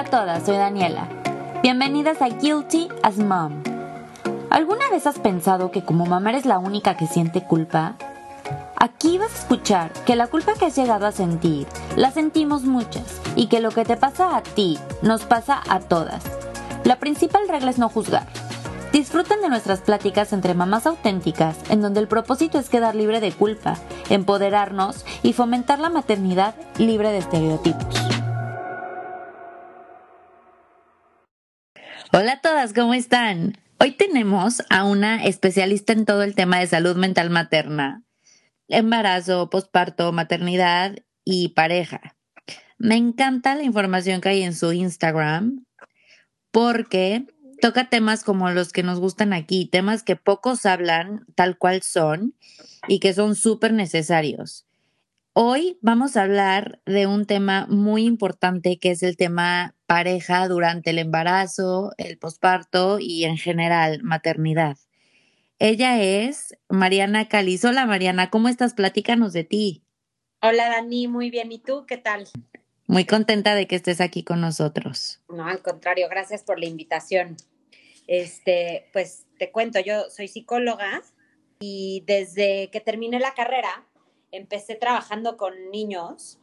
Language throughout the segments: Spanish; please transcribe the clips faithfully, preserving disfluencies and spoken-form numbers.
Hola a todas, soy Daniela. Bienvenidas a Guilty as Mom. ¿Alguna vez has pensado que como mamá eres la única que siente culpa? Aquí vas a escuchar que la culpa que has llegado a sentir, la sentimos muchas, y que lo que te pasa a ti, nos pasa a todas. La principal regla es no juzgar. Disfruten de nuestras pláticas entre mamás auténticas, en donde el propósito es quedar libre de culpa, empoderarnos y fomentar la maternidad libre de estereotipos. Hola a todas, ¿cómo están? Hoy tenemos a una especialista en todo el tema de salud mental materna, embarazo, posparto, maternidad y pareja. Me encanta la información que hay en su Instagram porque toca temas como los que nos gustan aquí, temas que pocos hablan tal cual son y que son súper necesarios. Hoy vamos a hablar de un tema muy importante que es el tema pareja durante el embarazo, el posparto y en general maternidad. Ella es Mariana Caliz. Hola Mariana, ¿cómo estás? Platícanos de ti. Hola Dani, muy bien. ¿Y tú qué tal? Muy contenta de que estés aquí con nosotros. No, al contrario, gracias por la invitación. Este, pues te cuento, yo soy psicóloga y desde que terminé la carrera empecé trabajando con niños.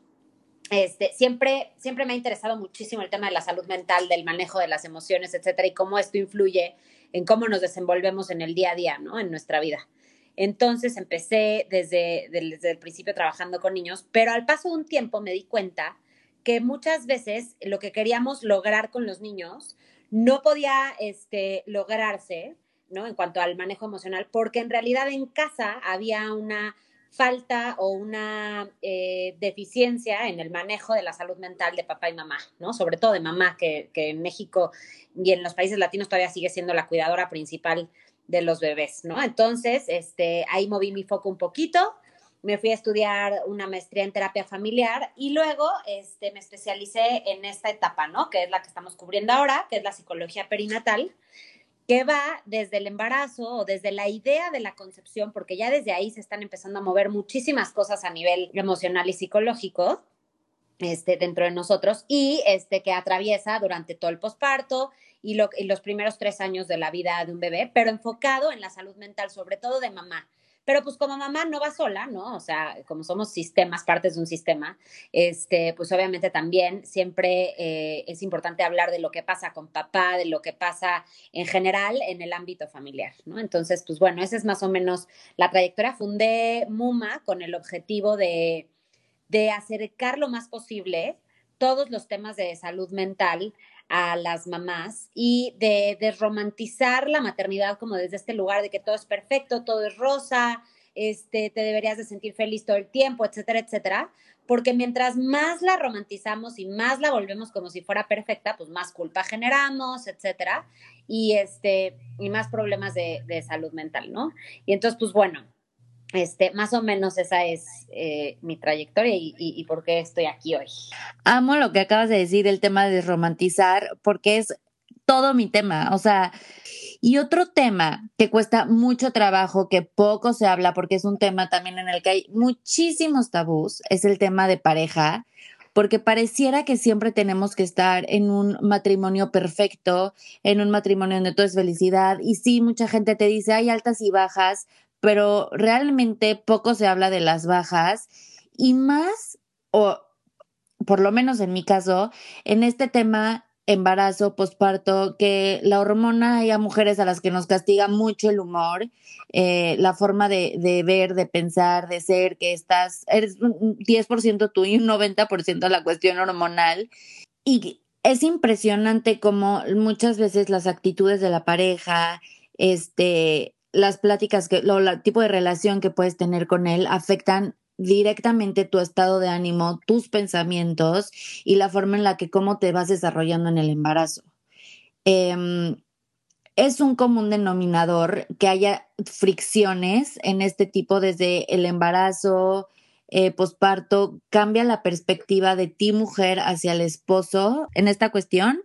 Este, siempre, siempre me ha interesado muchísimo el tema de la salud mental, del manejo de las emociones, etcétera, y cómo esto influye en cómo nos desenvolvemos en el día a día, ¿no? En nuestra vida. Entonces empecé desde, desde el principio trabajando con niños, pero al paso de un tiempo me di cuenta que muchas veces lo que queríamos lograr con los niños no podía este, lograrse, ¿no? En cuanto al manejo emocional, porque en realidad en casa había una falta o una eh, deficiencia en el manejo de la salud mental de papá y mamá, ¿no? Sobre todo de mamá, que, que en México y en los países latinos todavía sigue siendo la cuidadora principal de los bebés, ¿no? Entonces, este, ahí moví mi foco un poquito, me fui a estudiar una maestría en terapia familiar y luego este, me especialicé en esta etapa, ¿no? Que es la que estamos cubriendo ahora, que es la psicología perinatal, que va desde el embarazo o desde la idea de la concepción, porque ya desde ahí se están empezando a mover muchísimas cosas a nivel emocional y psicológico este, dentro de nosotros y este, que atraviesa durante todo el posparto y, lo, y los primeros tres años de la vida de un bebé, pero enfocado en la salud mental, sobre todo de mamá. Pero pues como mamá no va sola, ¿no? O sea, como somos sistemas, partes de un sistema, este, pues obviamente también siempre eh, es importante hablar de lo que pasa con papá, de lo que pasa en general en el ámbito familiar, ¿no? Entonces, pues bueno, esa es más o menos la trayectoria. Fundé MUMA con el objetivo de, de acercar lo más posible todos los temas de salud mental a las mamás y de desromantizar la maternidad como desde este lugar de que todo es perfecto, todo es rosa, este, te deberías de sentir feliz todo el tiempo, etcétera, etcétera, porque mientras más la romantizamos y más la volvemos como si fuera perfecta, pues más culpa generamos, etcétera, y, este, y más problemas de, de salud mental, ¿no? Y entonces, pues bueno, este, más o menos esa es eh, mi trayectoria y, y, y por qué estoy aquí hoy. Amo lo que acabas de decir, el tema de romantizar, porque es todo mi tema. O sea, y otro tema que cuesta mucho trabajo, que poco se habla, porque es un tema también en el que hay muchísimos tabús, es el tema de pareja, porque pareciera que siempre tenemos que estar en un matrimonio perfecto, en un matrimonio donde todo es felicidad. Y sí, mucha gente te dice, hay altas y bajas, pero realmente poco se habla de las bajas y más, o por lo menos en mi caso, en este tema embarazo, posparto, que la hormona hay a mujeres a las que nos castiga mucho el humor, eh, la forma de, de ver, de pensar, de ser, que estás, eres un diez por ciento tú y un noventa por ciento la cuestión hormonal. Y es impresionante cómo muchas veces las actitudes de la pareja, este, las pláticas que, lo, el tipo de relación que puedes tener con él afectan directamente tu estado de ánimo, tus pensamientos y la forma en la que cómo te vas desarrollando en el embarazo. Eh, es un común denominador que haya fricciones en este tipo desde el embarazo, eh, posparto. ¿Cambia la perspectiva de ti, mujer, hacia el esposo en esta cuestión?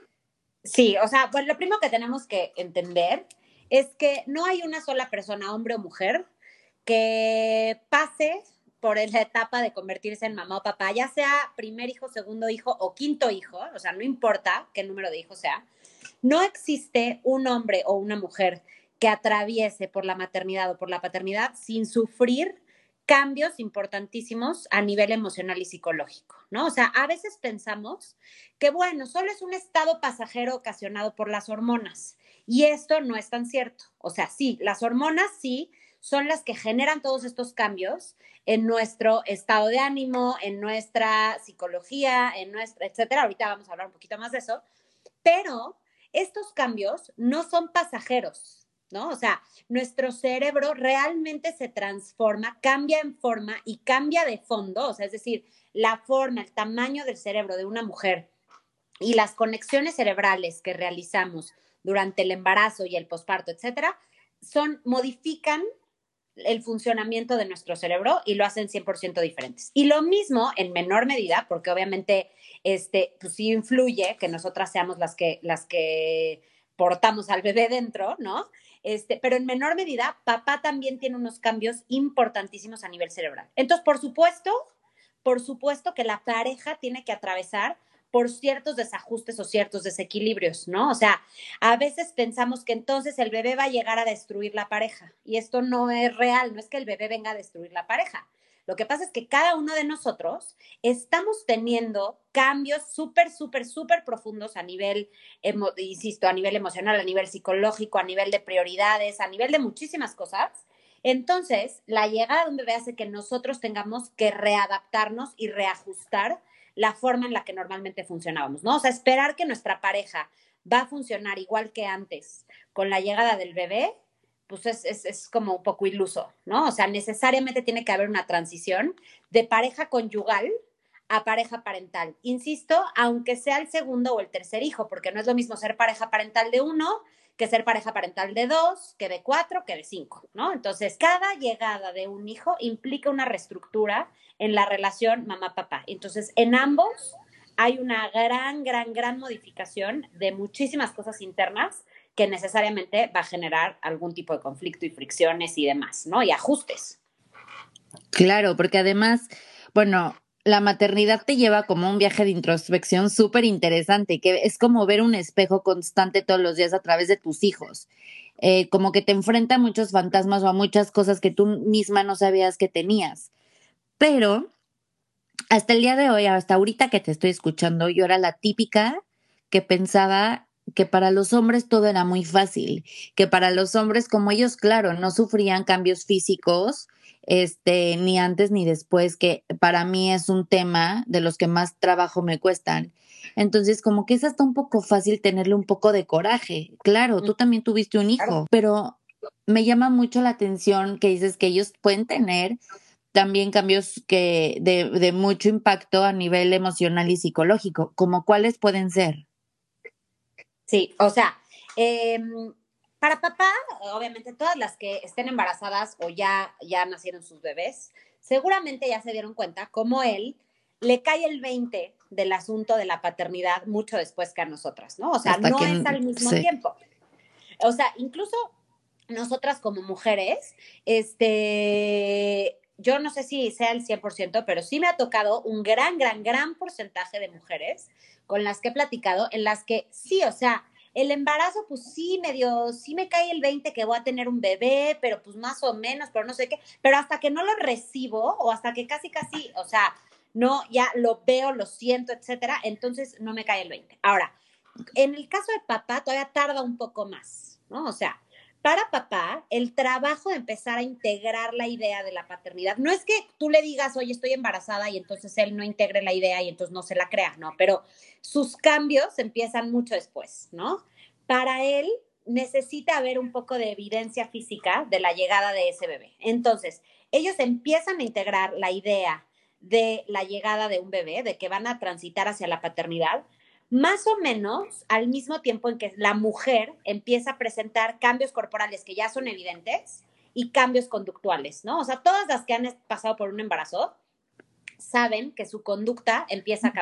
Sí, o sea, pues lo primero que tenemos que entender es que no hay una sola persona, hombre o mujer, que pase por la etapa de convertirse en mamá o papá, ya sea primer hijo, segundo hijo o quinto hijo, o sea, no importa qué número de hijos sea, no existe un hombre o una mujer que atraviese por la maternidad o por la paternidad sin sufrir cambios importantísimos a nivel emocional y psicológico, ¿no? O sea, a veces pensamos que, bueno, solo es un estado pasajero ocasionado por las hormonas, y esto no es tan cierto. O sea, sí, las hormonas sí son las que generan todos estos cambios en nuestro estado de ánimo, en nuestra psicología, en nuestra, etcétera. Ahorita vamos a hablar un poquito más de eso, pero estos cambios no son pasajeros, ¿no? O sea, nuestro cerebro realmente se transforma, cambia en forma y cambia de fondo, o sea, es decir, la forma, el tamaño del cerebro de una mujer y las conexiones cerebrales que realizamos durante el embarazo y el posparto, etcétera, son, modifican el funcionamiento de nuestro cerebro y lo hacen cien por ciento diferentes. Y lo mismo en menor medida, porque obviamente este, pues sí influye que nosotras seamos las que, las que portamos al bebé dentro, ¿no? Este, pero en menor medida, papá también tiene unos cambios importantísimos a nivel cerebral. Entonces, por supuesto, por supuesto que la pareja tiene que atravesar por ciertos desajustes o ciertos desequilibrios, ¿no? O sea, a veces pensamos que entonces el bebé va a llegar a destruir la pareja, y esto no es real, no es que el bebé venga a destruir la pareja. Lo que pasa es que cada uno de nosotros estamos teniendo cambios súper, súper, súper profundos a nivel, emo, insisto, a nivel emocional, a nivel psicológico, a nivel de prioridades, a nivel de muchísimas cosas. Entonces, la llegada de un bebé hace que nosotros tengamos que readaptarnos y reajustar la forma en la que normalmente funcionábamos, ¿no? O sea, esperar que nuestra pareja va a funcionar igual que antes con la llegada del bebé, pues es, es, es como un poco iluso, ¿no? O sea, necesariamente tiene que haber una transición de pareja conyugal a pareja parental. Insisto, aunque sea el segundo o el tercer hijo, porque no es lo mismo ser pareja parental de uno que ser pareja parental de dos, que de cuatro, que de cinco, ¿no? Entonces, cada llegada de un hijo implica una reestructura en la relación mamá-papá. Entonces, en ambos hay una gran, gran, gran modificación de muchísimas cosas internas que necesariamente va a generar algún tipo de conflicto y fricciones y demás, ¿no? Y ajustes. Claro, porque además, bueno, la maternidad te lleva como un viaje de introspección súper interesante, que es como ver un espejo constante todos los días a través de tus hijos. Eh, como que te enfrenta a muchos fantasmas o a muchas cosas que tú misma no sabías que tenías. Pero hasta el día de hoy, hasta ahorita que te estoy escuchando, yo era la típica que pensaba que para los hombres todo era muy fácil, que para los hombres, como ellos, claro, no sufrían cambios físicos, este, ni antes ni después, que para mí es un tema de los que más trabajo me cuestan. Entonces, como que es hasta un poco fácil tenerle un poco de coraje. Claro, tú también tuviste un hijo, pero me llama mucho la atención que dices que ellos pueden tener también cambios que de, de mucho impacto a nivel emocional y psicológico, como cuáles pueden ser. Sí, o sea, eh, para papá, obviamente todas las que estén embarazadas o ya, ya nacieron sus bebés, seguramente ya se dieron cuenta cómo él le cae el veinte del asunto de la paternidad mucho después que a nosotras, ¿no? O sea, Hasta no es que al mismo sí. tiempo. O sea, incluso nosotras como mujeres, este, yo no sé si sea el cien por ciento, pero sí me ha tocado un gran, gran, gran porcentaje de mujeres con las que he platicado, en las que sí, o sea, el embarazo, pues sí, medio, sí me cae el veinte que voy a tener un bebé, pero pues más o menos, pero no sé qué, pero hasta que no lo recibo o hasta que casi, casi, o sea, no, ya lo veo, lo siento, etcétera, entonces no me cae el veinte. Ahora, en el caso de papá todavía tarda un poco más, ¿no? O sea, para papá, el trabajo de empezar a integrar la idea de la paternidad, no es que tú le digas, oye, estoy embarazada y entonces él no integre la idea y entonces no se la crea, ¿no? Pero sus cambios empiezan mucho después, ¿no? Para él necesita haber un poco de evidencia física de la llegada de ese bebé. Entonces, ellos empiezan a integrar la idea de la llegada de un bebé, de que van a transitar hacia la paternidad, más o menos al mismo tiempo en que la mujer empieza a presentar cambios corporales que ya son evidentes y cambios conductuales, ¿no? O sea, todas las que han pasado por un embarazo saben que su conducta empieza a cambiar.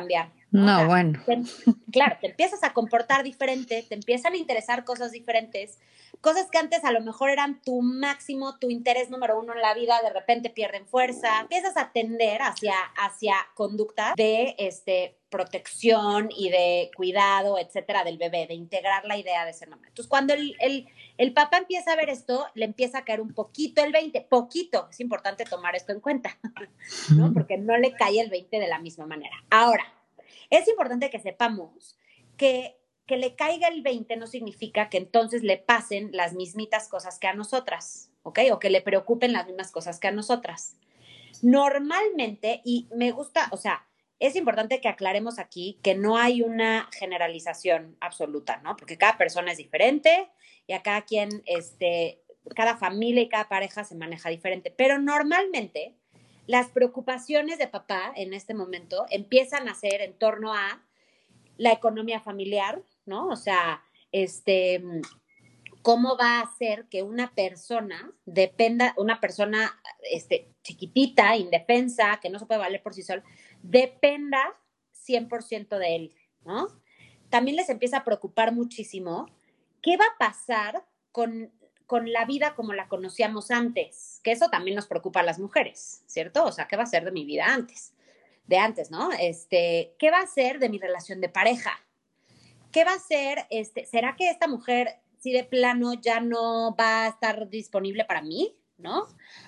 ¿no? O No, sea, bueno. te, claro, te empiezas a comportar diferente, te empiezan a interesar cosas diferentes, cosas que antes a lo mejor eran tu máximo, tu interés número uno en la vida, de repente pierden fuerza, empiezas a tender hacia, hacia conductas de este, protección y de cuidado, etcétera, del bebé, de integrar la idea de ser mamá. Entonces, cuando el, el, el papá empieza a ver esto, le empieza a caer un poquito el veinte, poquito, es importante tomar esto en cuenta, ¿no? Porque no le cae el veinte de la misma manera. Ahora, es importante que sepamos que que le caiga el veinte no significa que entonces le pasen las mismitas cosas que a nosotras, ¿ok? O que le preocupen las mismas cosas que a nosotras. Normalmente, y me gusta, o sea, es importante que aclaremos aquí que no hay una generalización absoluta, ¿no? Porque cada persona es diferente y a cada quien, este, cada familia y cada pareja se maneja diferente. Pero normalmente, las preocupaciones de papá en este momento empiezan a ser en torno a la economía familiar, ¿no? O sea, este, cómo va a hacer que una persona dependa, una persona este, chiquitita, indefensa, que no se puede valer por sí sola, dependa cien por ciento de él, ¿no? También les empieza a preocupar muchísimo qué va a pasar con, con la vida como la conocíamos antes, que eso también nos preocupa a las mujeres, ¿cierto? O sea, ¿qué va a ser de mi vida antes? De antes, ¿no? Este, ¿qué va a ser de mi relación de pareja? ¿Qué va a ser? Este, ¿será que esta mujer, si de plano ya no va a estar disponible para mí? ¿No?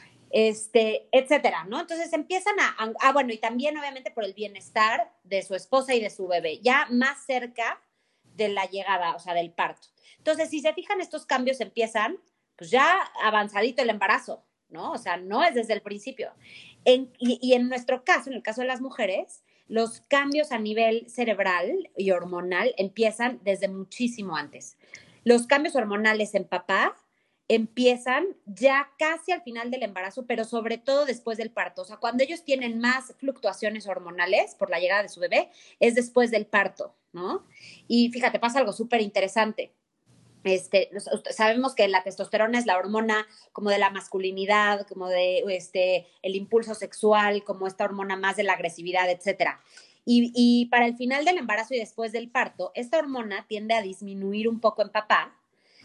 Este, etcétera, ¿no? Entonces empiezan a, a, ah, bueno, y también obviamente por el bienestar de su esposa y de su bebé, ya más cerca de la llegada, o sea, del parto. Entonces, si se fijan, estos cambios empiezan, pues ya avanzadito el embarazo, ¿no? O sea, no es desde el principio. En, y, y en nuestro caso, en el caso de las mujeres, los cambios a nivel cerebral y hormonal empiezan desde muchísimo antes. Los cambios hormonales en papá empiezan ya casi al final del embarazo, pero sobre todo después del parto. O sea, cuando ellos tienen más fluctuaciones hormonales por la llegada de su bebé, es después del parto, ¿no? Y fíjate, pasa algo súper interesante. Este, sabemos que la testosterona es la hormona como de la masculinidad, como de este, el impulso sexual, como esta hormona más de la agresividad, etcétera. Y, y para el final del embarazo y después del parto, esta hormona tiende a disminuir un poco en papá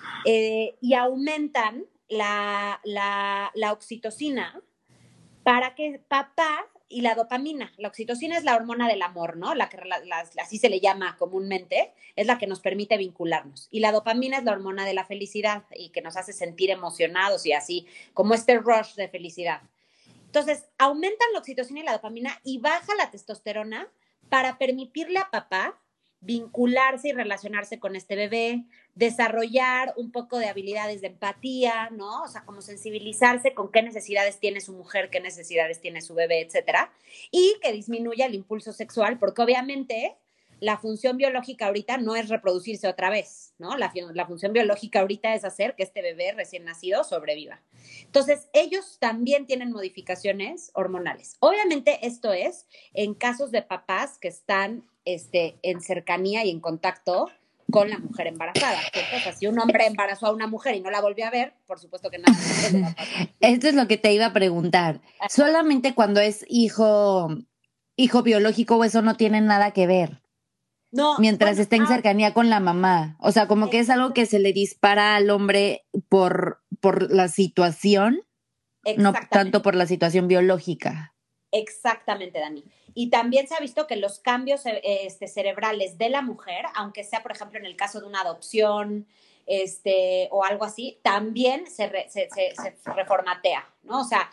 eh, y aumentan la, la, la oxitocina para que papá y la dopamina, la oxitocina es la hormona del amor, ¿no? La que la, la, así se le llama comúnmente, es la que nos permite vincularnos. Y la dopamina es la hormona de la felicidad y que nos hace sentir emocionados y así, como este rush de felicidad. Entonces, aumentan la oxitocina y la dopamina y baja la testosterona para permitirle a papá vincularse y relacionarse con este bebé, desarrollar un poco de habilidades de empatía, ¿no? O sea, como sensibilizarse con qué necesidades tiene su mujer, qué necesidades tiene su bebé, etcétera, y que disminuya el impulso sexual, porque obviamente la función biológica ahorita no es reproducirse otra vez, ¿no? La, la función biológica ahorita es hacer que este bebé recién nacido sobreviva. Entonces, ellos también tienen modificaciones hormonales. Obviamente, esto es en casos de papás que están este, en cercanía y en contacto con la mujer embarazada, ¿cierto? O sea, si un hombre embarazó a una mujer y no la volvió a ver, por supuesto que nada le va a pasar. Esto es lo que te iba a preguntar. Solamente cuando es hijo, hijo biológico o eso no tiene nada que ver. No, Mientras bueno, esté en ah, cercanía con la mamá. O sea, como que es algo que se le dispara al hombre por, por la situación, no tanto exactamente. por la situación biológica. Exactamente, Dani. Y también se ha visto que los cambios eh, este, cerebrales de la mujer, aunque sea, por ejemplo, en el caso de una adopción este, o algo así, también se, re, se, se, se reformatea, ¿no? O sea,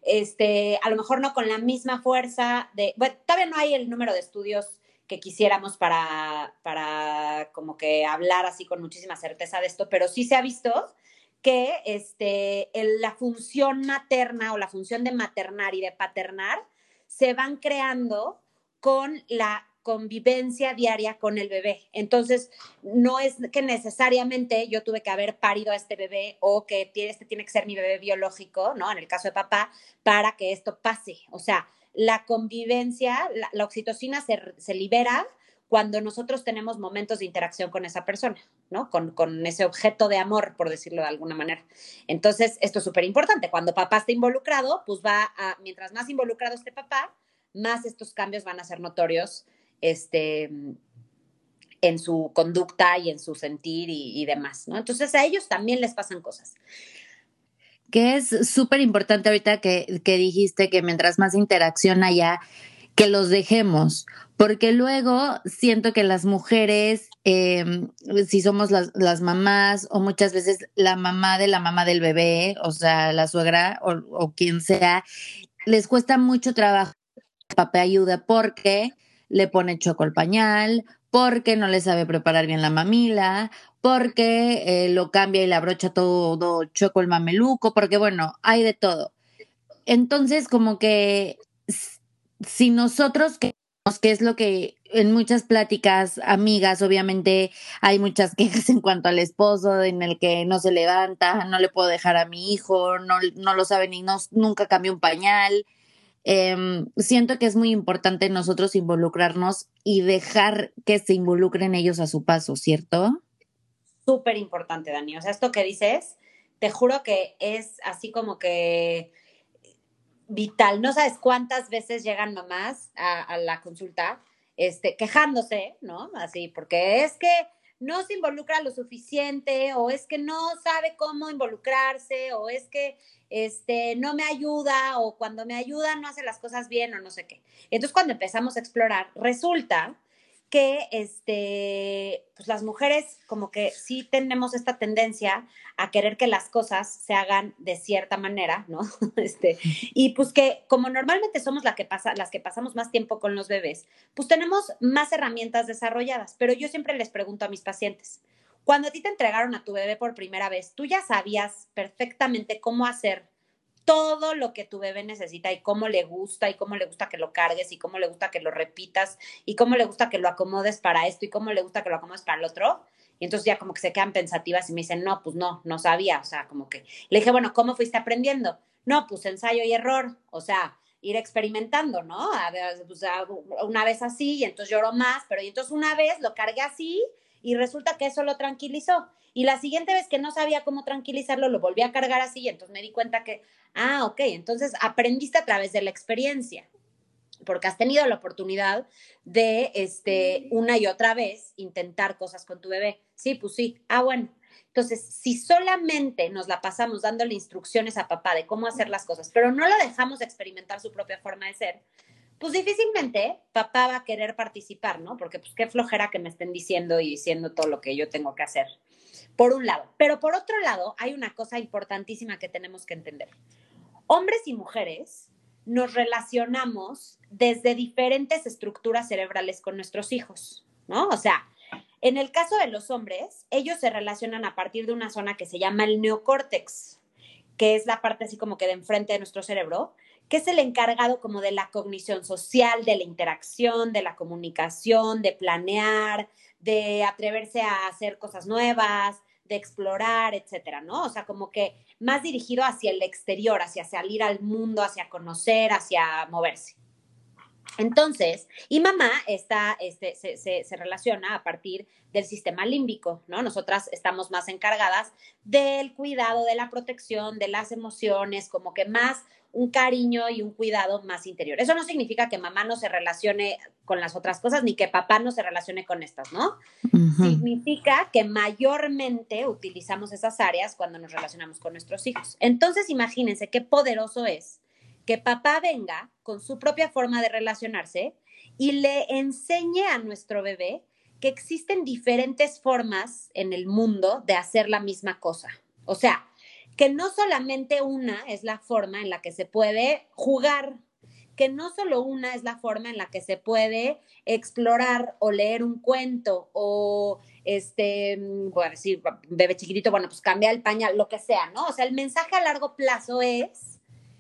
este, a lo mejor no con la misma fuerza de... Bueno, todavía no hay el número de estudios que quisiéramos para, para como que hablar así con muchísima certeza de esto, pero sí se ha visto que este, el, la función materna o la función de maternar y de paternar se van creando con la convivencia diaria con el bebé. Entonces, no es que necesariamente yo tuve que haber parido a este bebé o que este tiene que ser mi bebé biológico, ¿no? En el caso de papá, para que esto pase. O sea, la convivencia, la, la oxitocina se, se libera cuando nosotros tenemos momentos de interacción con esa persona, ¿no? Con, con ese objeto de amor, por decirlo de alguna manera. Entonces, esto es súper importante. Cuando papá está involucrado, pues va a, mientras más involucrado esté papá, más estos cambios van a ser notorios este, en su conducta y en su sentir y, y demás, ¿no? Entonces a ellos también les pasan cosas. Que es súper importante ahorita que, que dijiste que mientras más interacción haya, que los dejemos, porque luego siento que las mujeres, eh, si somos las, las mamás o muchas veces la mamá de la mamá del bebé, o sea, la suegra o, o quien sea, les cuesta mucho trabajo que papá ayude porque le pone choco al pañal, porque no le sabe preparar bien la mamila, porque eh, lo cambia y le abrocha todo choco el mameluco, porque bueno, hay de todo. Entonces, como que si nosotros queremos, que es lo que en muchas pláticas, amigas, obviamente hay muchas quejas en cuanto al esposo, en el que no se levanta, no le puedo dejar a mi hijo, no, no lo sabe ni no, nunca cambió un pañal. Eh, siento que es muy importante nosotros involucrarnos y dejar que se involucren ellos a su paso, ¿cierto? Súper importante, Dani. O sea, esto que dices, te juro que es así como que vital. No sabes cuántas veces llegan mamás a, a la consulta este, quejándose, ¿no? Así, porque es que no se involucra lo suficiente, o es que no sabe cómo involucrarse, o es que este, no me ayuda, o cuando me ayuda no hace las cosas bien, o no sé qué. Entonces, cuando empezamos a explorar, resulta que este, pues las mujeres como que sí tenemos esta tendencia a querer que las cosas se hagan de cierta manera, ¿no? Este, y pues que como normalmente somos la que pasa, las que pasamos más tiempo con los bebés, pues tenemos más herramientas desarrolladas. Pero yo siempre les pregunto a mis pacientes, cuando a ti te entregaron a tu bebé por primera vez, ¿tú ya sabías perfectamente cómo hacer todo lo que tu bebé necesita y cómo le gusta y cómo le gusta que lo cargues y cómo le gusta que lo repitas y cómo le gusta que lo acomodes para esto y cómo le gusta que lo acomodes para el otro? Y entonces ya como que se quedan pensativas y me dicen, no, pues no, no sabía. O sea, como que le dije, bueno, ¿cómo fuiste aprendiendo? No, pues ensayo y error. O sea, ir experimentando, ¿no? A ver, pues, a, una vez así y entonces lloró más, pero y entonces una vez lo cargué así y resulta que eso lo tranquilizó. Y la siguiente vez que no sabía cómo tranquilizarlo, lo volví a cargar así y entonces me di cuenta que, ah, ok, entonces aprendiste a través de la experiencia, porque has tenido la oportunidad de este, una y otra vez intentar cosas con tu bebé. Sí, pues sí. Ah, bueno. Entonces, si solamente nos la pasamos dándole instrucciones a papá de cómo hacer las cosas, pero no lo dejamos experimentar su propia forma de ser, pues difícilmente papá va a querer participar, ¿no? Porque pues qué flojera que me estén diciendo y diciendo todo lo que yo tengo que hacer, por un lado. Pero por otro lado, hay una cosa importantísima que tenemos que entender. Hombres y mujeres nos relacionamos desde diferentes estructuras cerebrales con nuestros hijos, ¿no? O sea, en el caso de los hombres, ellos se relacionan a partir de una zona que se llama el neocórtex, que es la parte así como que de enfrente de nuestro cerebro, que es el encargado como de la cognición social, de la interacción, de la comunicación, de planear, de atreverse a hacer cosas nuevas, de explorar, etcétera, ¿no? O sea, como que más dirigido hacia el exterior, hacia salir al mundo, hacia conocer, hacia moverse. Entonces, y mamá está, este, se, se, se, relaciona a partir del sistema límbico, ¿no? Nosotras estamos más encargadas del cuidado, de la protección, de las emociones, como que más un cariño y un cuidado más interior. Eso no significa que mamá no se relacione con las otras cosas, ni que papá no se relacione con estas, ¿no? Uh-huh. Significa que mayormente utilizamos esas áreas cuando nos relacionamos con nuestros hijos. Entonces, imagínense qué poderoso es que papá venga con su propia forma de relacionarse y le enseñe a nuestro bebé que existen diferentes formas en el mundo de hacer la misma cosa. O sea, que no solamente una es la forma en la que se puede jugar, que no solo una es la forma en la que se puede explorar o leer un cuento o, este, bueno, decir, bebé chiquitito, bueno, pues cambia el pañal, lo que sea, ¿no? O sea, el mensaje a largo plazo es: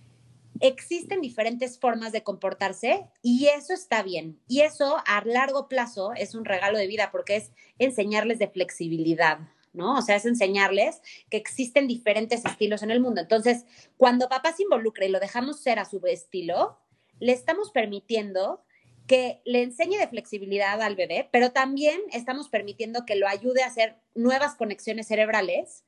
existen diferentes formas de comportarse y eso está bien. Y eso a largo plazo es un regalo de vida porque es enseñarles de flexibilidad, ¿no? O sea, es enseñarles que existen diferentes estilos en el mundo. Entonces, cuando papá se involucra y lo dejamos ser a su estilo, le estamos permitiendo que le enseñe de flexibilidad al bebé, pero también estamos permitiendo que lo ayude a hacer nuevas conexiones cerebrales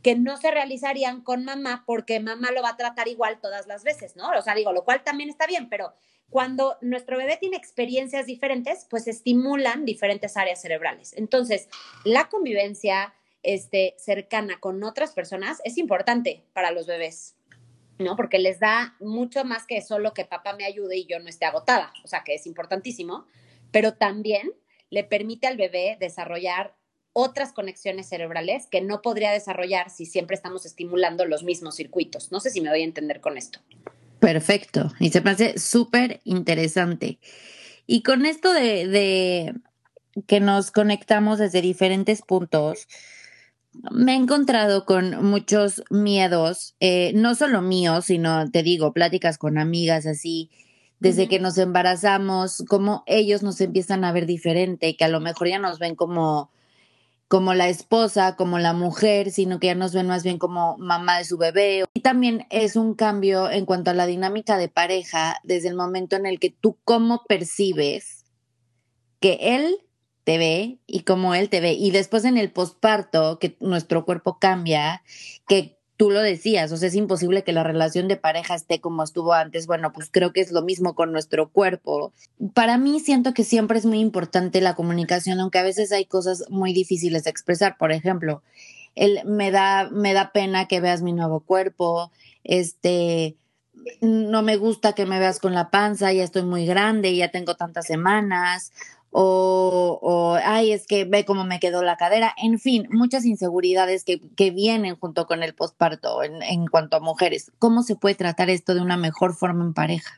que no se realizarían con mamá porque mamá lo va a tratar igual todas las veces, ¿no? O sea, digo, lo cual también está bien, pero cuando nuestro bebé tiene experiencias diferentes, pues estimulan diferentes áreas cerebrales. Entonces, la convivencia este, cercana con otras personas es importante para los bebés, ¿no? Porque les da mucho más que solo que papá me ayude y yo no esté agotada, o sea, que es importantísimo, pero también le permite al bebé desarrollar otras conexiones cerebrales que no podría desarrollar si siempre estamos estimulando los mismos circuitos. No sé si me doy a entender con esto. Perfecto, y se me hace súper interesante. Y con esto de, de que nos conectamos desde diferentes puntos, me he encontrado con muchos miedos, eh, no solo míos, sino, te digo, pláticas con amigas así, desde Uh-huh. que nos embarazamos, cómo ellos nos empiezan a ver diferente, que a lo mejor ya nos ven como, como la esposa, como la mujer, sino que ya nos ven más bien como mamá de su bebé. Y también es un cambio en cuanto a la dinámica de pareja, desde el momento en el que tú cómo percibes que él te ve y cómo él te ve. Y después en el posparto, que nuestro cuerpo cambia, que tú lo decías, o sea, es imposible que la relación de pareja esté como estuvo antes. Bueno, pues creo que es lo mismo con nuestro cuerpo. Para mí siento que siempre es muy importante la comunicación, aunque a veces hay cosas muy difíciles de expresar. Por ejemplo, el, me da, me da pena que veas mi nuevo cuerpo, este, no me gusta que me veas con la panza, ya estoy muy grande, ya tengo tantas semanas, o, o ay, es que ve cómo me quedó la cadera, en fin, muchas inseguridades que, que vienen junto con el posparto en, en cuanto a mujeres. ¿Cómo se puede tratar esto de una mejor forma en pareja?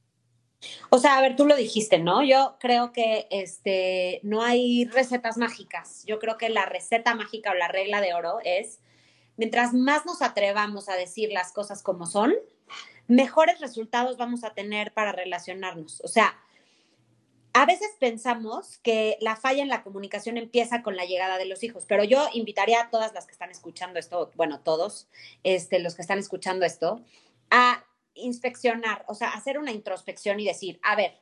O sea, a ver, tú lo dijiste, ¿no? Yo creo que este, no hay recetas mágicas. Yo creo que la receta mágica o la regla de oro es, mientras más nos atrevamos a decir las cosas como son, mejores resultados vamos a tener para relacionarnos. O sea, a veces pensamos que la falla en la comunicación empieza con la llegada de los hijos, pero yo invitaría a todas las que están escuchando esto, bueno, todos este, los que están escuchando esto, a inspeccionar, o sea, hacer una introspección y decir, a ver,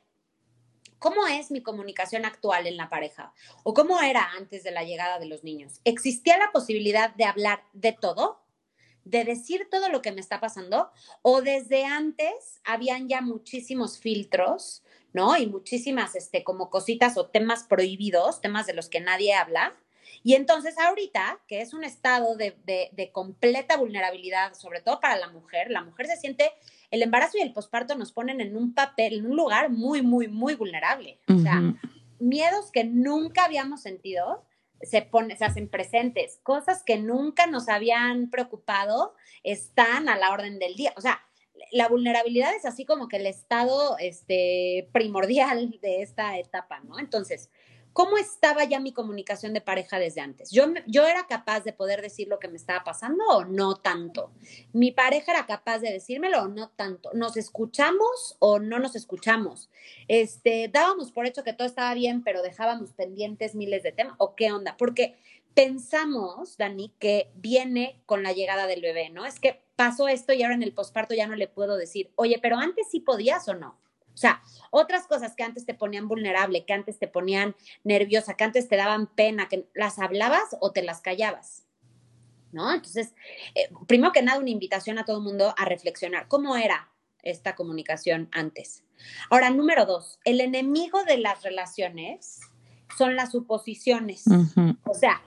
¿cómo es mi comunicación actual en la pareja? ¿O cómo era antes de la llegada de los niños? ¿Existía la posibilidad de hablar de todo? ¿De decir todo lo que me está pasando? ¿O desde antes habían ya muchísimos filtros, ¿no? Y muchísimas, este, como cositas o temas prohibidos, temas de los que nadie habla. Y entonces ahorita, que es un estado de, de, de completa vulnerabilidad, sobre todo para la mujer, la mujer se siente, el embarazo y el posparto nos ponen en un papel, en un lugar muy, muy, muy vulnerable. O sea, Uh-huh. miedos que nunca habíamos sentido se, pone, se hacen presentes, cosas que nunca nos habían preocupado están a la orden del día. O sea, la vulnerabilidad es así como que el estado este, primordial de esta etapa, ¿no? Entonces, ¿cómo estaba ya mi comunicación de pareja desde antes? ¿Yo, yo era capaz de poder decir lo que me estaba pasando o no tanto? ¿Mi pareja era capaz de decírmelo o no tanto? ¿Nos escuchamos o no nos escuchamos? Este, dábamos por hecho que todo estaba bien, pero dejábamos pendientes miles de temas, ¿o qué onda? Porque pensamos, Dani, que viene con la llegada del bebé, ¿no? Es que pasó esto y ahora en el posparto ya no le puedo decir, oye, pero antes sí podías o no. O sea, otras cosas que antes te ponían vulnerable, que antes te ponían nerviosa, que antes te daban pena, que las hablabas o te las callabas, ¿no? Entonces, eh, primero que nada, una invitación a todo el mundo a reflexionar cómo era esta comunicación antes. Ahora, número dos, el enemigo de las relaciones son las suposiciones. Uh-huh. O sea,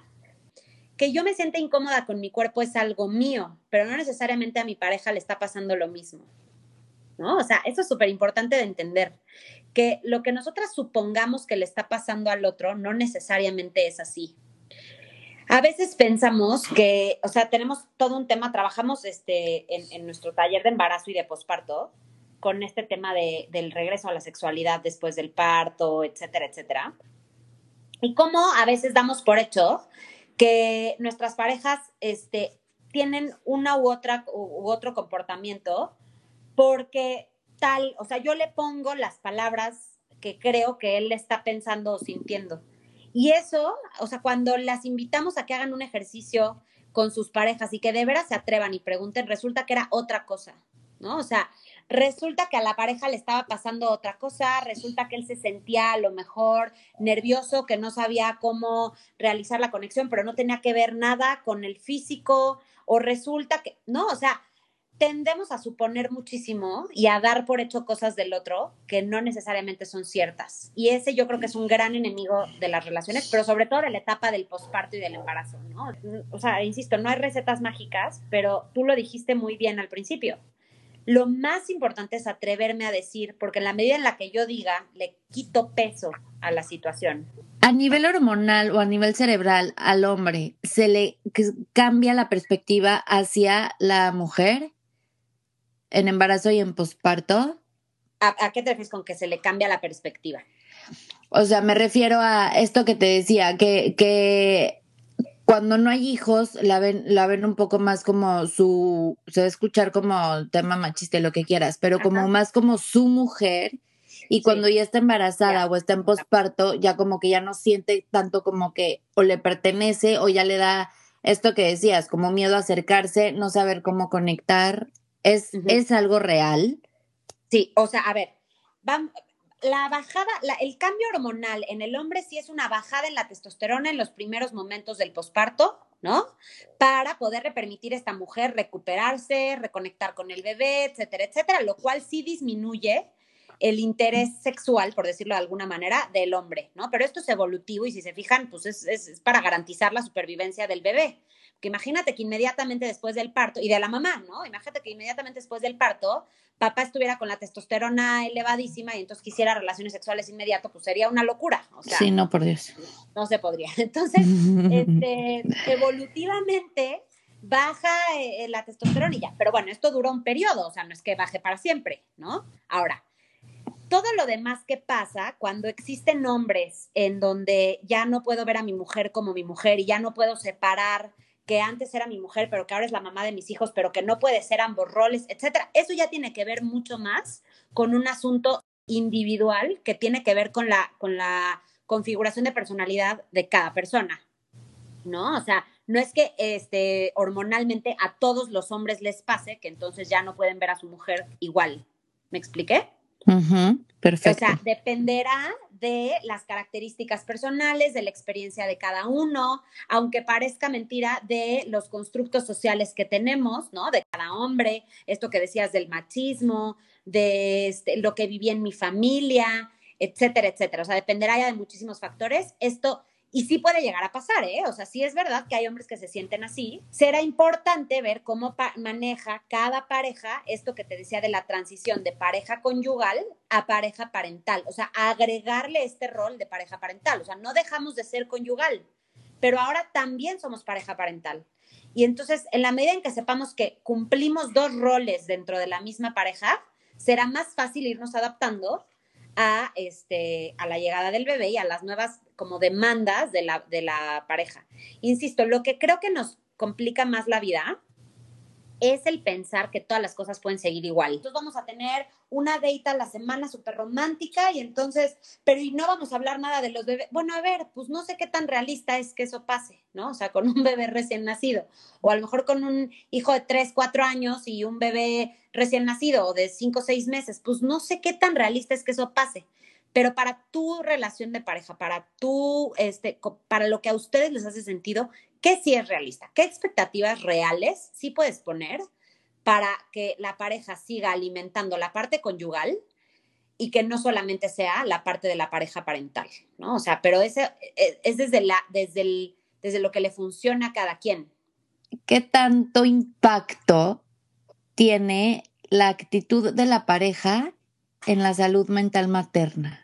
que yo me sienta incómoda con mi cuerpo es algo mío, pero no necesariamente a mi pareja le está pasando lo mismo, ¿no? O sea, eso es súper importante de entender, que lo que nosotras supongamos que le está pasando al otro no necesariamente es así. A veces pensamos que, o sea, tenemos todo un tema, trabajamos este, en, en nuestro taller de embarazo y de posparto con este tema de, del regreso a la sexualidad después del parto, etcétera, etcétera. Y cómo a veces damos por hecho que nuestras parejas este, tienen una u otra u otro comportamiento porque tal, o sea, yo le pongo las palabras que creo que él está pensando o sintiendo. Y eso, o sea, cuando las invitamos a que hagan un ejercicio con sus parejas y que de veras se atrevan y pregunten, resulta que era otra cosa, ¿no? O sea, resulta que a la pareja le estaba pasando otra cosa, resulta que él se sentía a lo mejor nervioso, que no sabía cómo realizar la conexión, pero no tenía que ver nada con el físico. o resulta que, no, o sea, tendemos a suponer muchísimo y a dar por hecho cosas del otro que no necesariamente son ciertas. Y ese yo creo que es un gran enemigo de las relaciones, pero sobre todo de la etapa del posparto y del embarazo, ¿no? O sea, insisto, no hay recetas mágicas, pero tú lo dijiste muy bien al principio. Lo más importante es atreverme a decir, porque en la medida en la que yo diga, le quito peso a la situación. A nivel hormonal o a nivel cerebral al hombre, ¿se le cambia la perspectiva hacia la mujer en embarazo y en posparto? ¿A, ¿A qué te refieres con que se le cambia la perspectiva? O sea, me refiero a esto que te decía, que, que cuando no hay hijos la ven, la ven un poco más como su, se va a escuchar como tema machista y lo que quieras, pero como Ajá. más como su mujer. Y cuando Sí. ya está embarazada Ya. o está en posparto, ya como que ya no siente tanto como que o le pertenece o ya le da esto que decías, como miedo a acercarse, no saber cómo conectar. ¿Es, Uh-huh. ¿es algo real? Sí, o sea, a ver, vamos, la bajada, la, el cambio hormonal en el hombre sí es una bajada en la testosterona en los primeros momentos del posparto, ¿no? Para poderle permitir a esta mujer recuperarse, reconectar con el bebé, etcétera, etcétera, lo cual sí disminuye el interés sexual, por decirlo de alguna manera, del hombre, ¿no? Pero esto es evolutivo y si se fijan, pues es, es, es para garantizar la supervivencia del bebé. Que imagínate que inmediatamente después del parto, y de la mamá, ¿no? Imagínate que inmediatamente después del parto, papá estuviera con la testosterona elevadísima y entonces quisiera relaciones sexuales inmediato, pues sería una locura. O sea, sí, no, por Dios. No se podría. Entonces, este, evolutivamente baja eh, la testosterona y ya. Pero bueno, esto dura un periodo, o sea, no es que baje para siempre, ¿no? Ahora, todo lo demás que pasa cuando existen hombres en donde ya no puedo ver a mi mujer como mi mujer y ya no puedo separar que antes era mi mujer, pero que ahora es la mamá de mis hijos, pero que no puede ser ambos roles, etcétera. Eso ya tiene que ver mucho más con un asunto individual que tiene que ver con la, con la configuración de personalidad de cada persona, ¿no? O sea, no es que este, hormonalmente a todos los hombres les pase que entonces ya no pueden ver a su mujer igual. ¿Me expliqué? Uh-huh, perfecto. O sea, dependerá de las características personales, de la experiencia de cada uno, aunque parezca mentira, de los constructos sociales que tenemos, ¿no? De cada hombre, esto que decías del machismo, de este, lo que viví en mi familia, etcétera, etcétera. O sea, dependerá ya de muchísimos factores. Esto, y sí puede llegar a pasar, ¿eh? O sea, sí es verdad que hay hombres que se sienten así. Será importante ver cómo pa- maneja cada pareja esto que te decía de la transición de pareja conyugal a pareja parental. O sea, agregarle este rol de pareja parental. O sea, no dejamos de ser conyugal, pero ahora también somos pareja parental. Y entonces, en la medida en que sepamos que cumplimos dos roles dentro de la misma pareja, será más fácil irnos adaptando a, este, a la llegada del bebé y a las nuevas como demandas de la, de la pareja. Insisto, lo que creo que nos complica más la vida es el pensar que todas las cosas pueden seguir igual. Entonces vamos a tener una date a la semana súper romántica y entonces, pero y no vamos a hablar nada de los bebés. Bueno, a ver, pues no sé qué tan realista es que eso pase, ¿no? O sea, con un bebé recién nacido o a lo mejor con un hijo de tres, cuatro años y un bebé recién nacido o de cinco o seis meses, pues no sé qué tan realista es que eso pase. Pero para tu relación de pareja, para tu, este, para lo que a ustedes les hace sentido, ¿qué sí es realista? ¿Qué expectativas reales sí puedes poner para que la pareja siga alimentando la parte conyugal y que no solamente sea la parte de la pareja parental, ¿no? O sea, pero ese es desde, la, desde, el, desde lo que le funciona a cada quien. ¿Qué tanto impacto tiene la actitud de la pareja en la salud mental materna?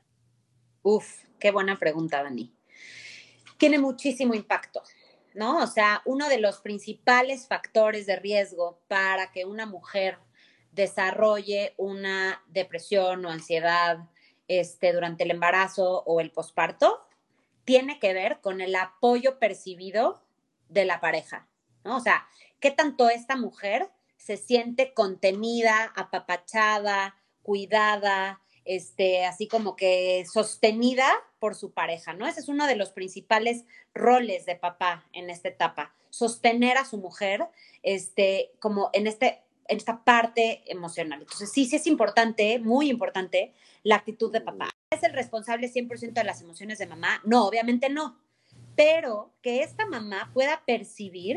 Uf, qué buena pregunta, Dani. Tiene muchísimo impacto, ¿no? O sea, uno de los principales factores de riesgo para que una mujer desarrolle una depresión o ansiedad este, durante el embarazo o el posparto tiene que ver con el apoyo percibido de la pareja, ¿no? O sea, qué tanto esta mujer se siente contenida, apapachada, cuidada, este, así como que sostenida por su pareja, ¿no? Ese es uno de los principales roles de papá en esta etapa, sostener a su mujer, este, como en este, en esta parte emocional. Entonces, sí, sí es importante, muy importante, la actitud de papá. ¿Es el responsable cien por ciento de las emociones de mamá? No, obviamente no. Pero que esta mamá pueda percibir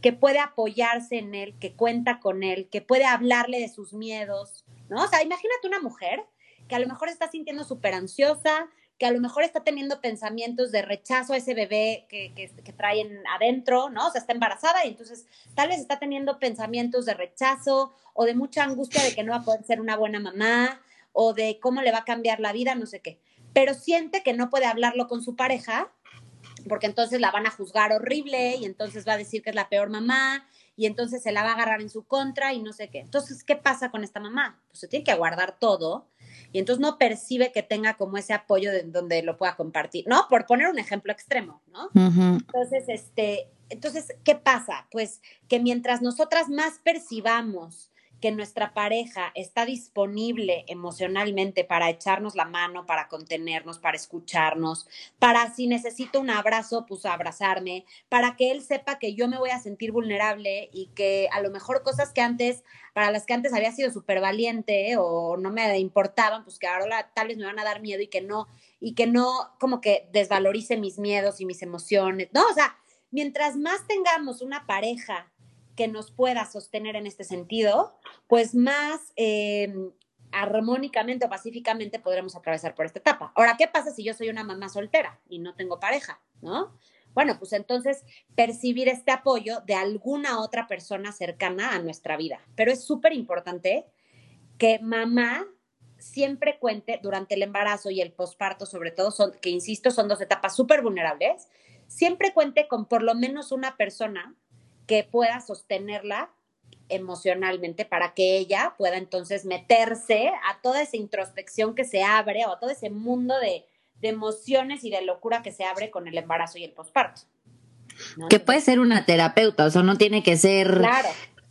que puede apoyarse en él, que cuenta con él, que puede hablarle de sus miedos, ¿no? O sea, imagínate una mujer que a lo mejor está sintiendo súper ansiosa, que a lo mejor está teniendo pensamientos de rechazo a ese bebé que, que, que traen adentro, ¿no? O sea, está embarazada y entonces tal vez está teniendo pensamientos de rechazo o de mucha angustia de que no va a poder ser una buena mamá o de cómo le va a cambiar la vida, no sé qué. Pero siente que no puede hablarlo con su pareja porque entonces la van a juzgar horrible y entonces va a decir que es la peor mamá y entonces se la va a agarrar en su contra y no sé qué. Entonces, ¿qué pasa con esta mamá? Pues se tiene que guardar todo y entonces no percibe que tenga como ese apoyo de donde lo pueda compartir, ¿no? Por poner un ejemplo extremo, ¿no? Uh-huh. Entonces, este, entonces, ¿qué pasa? Pues que mientras nosotras más percibamos que nuestra pareja está disponible emocionalmente para echarnos la mano, para contenernos, para escucharnos, para si necesito un abrazo, pues abrazarme, para que él sepa que yo me voy a sentir vulnerable y que a lo mejor cosas que antes, para las que antes había sido súper valiente o no me importaban, pues que ahora tal vez me van a dar miedo y que no, y que no como que desvalorice mis miedos y mis emociones, ¿no? O sea, mientras más tengamos una pareja que nos pueda sostener en este sentido, pues más eh, armónicamente o pacíficamente podremos atravesar por esta etapa. Ahora, ¿qué pasa si yo soy una mamá soltera y no tengo pareja, ¿no? Bueno, pues entonces percibir este apoyo de alguna otra persona cercana a nuestra vida. Pero es súper importante que mamá siempre cuente durante el embarazo y el posparto, sobre todo, son, que insisto, son dos etapas súper vulnerables, siempre cuente con por lo menos una persona que pueda sostenerla emocionalmente para que ella pueda entonces meterse a toda esa introspección que se abre o a todo ese mundo de, de emociones y de locura que se abre con el embarazo y el posparto, ¿no? Que Entonces, puede ser una terapeuta, o sea, no tiene que ser claro.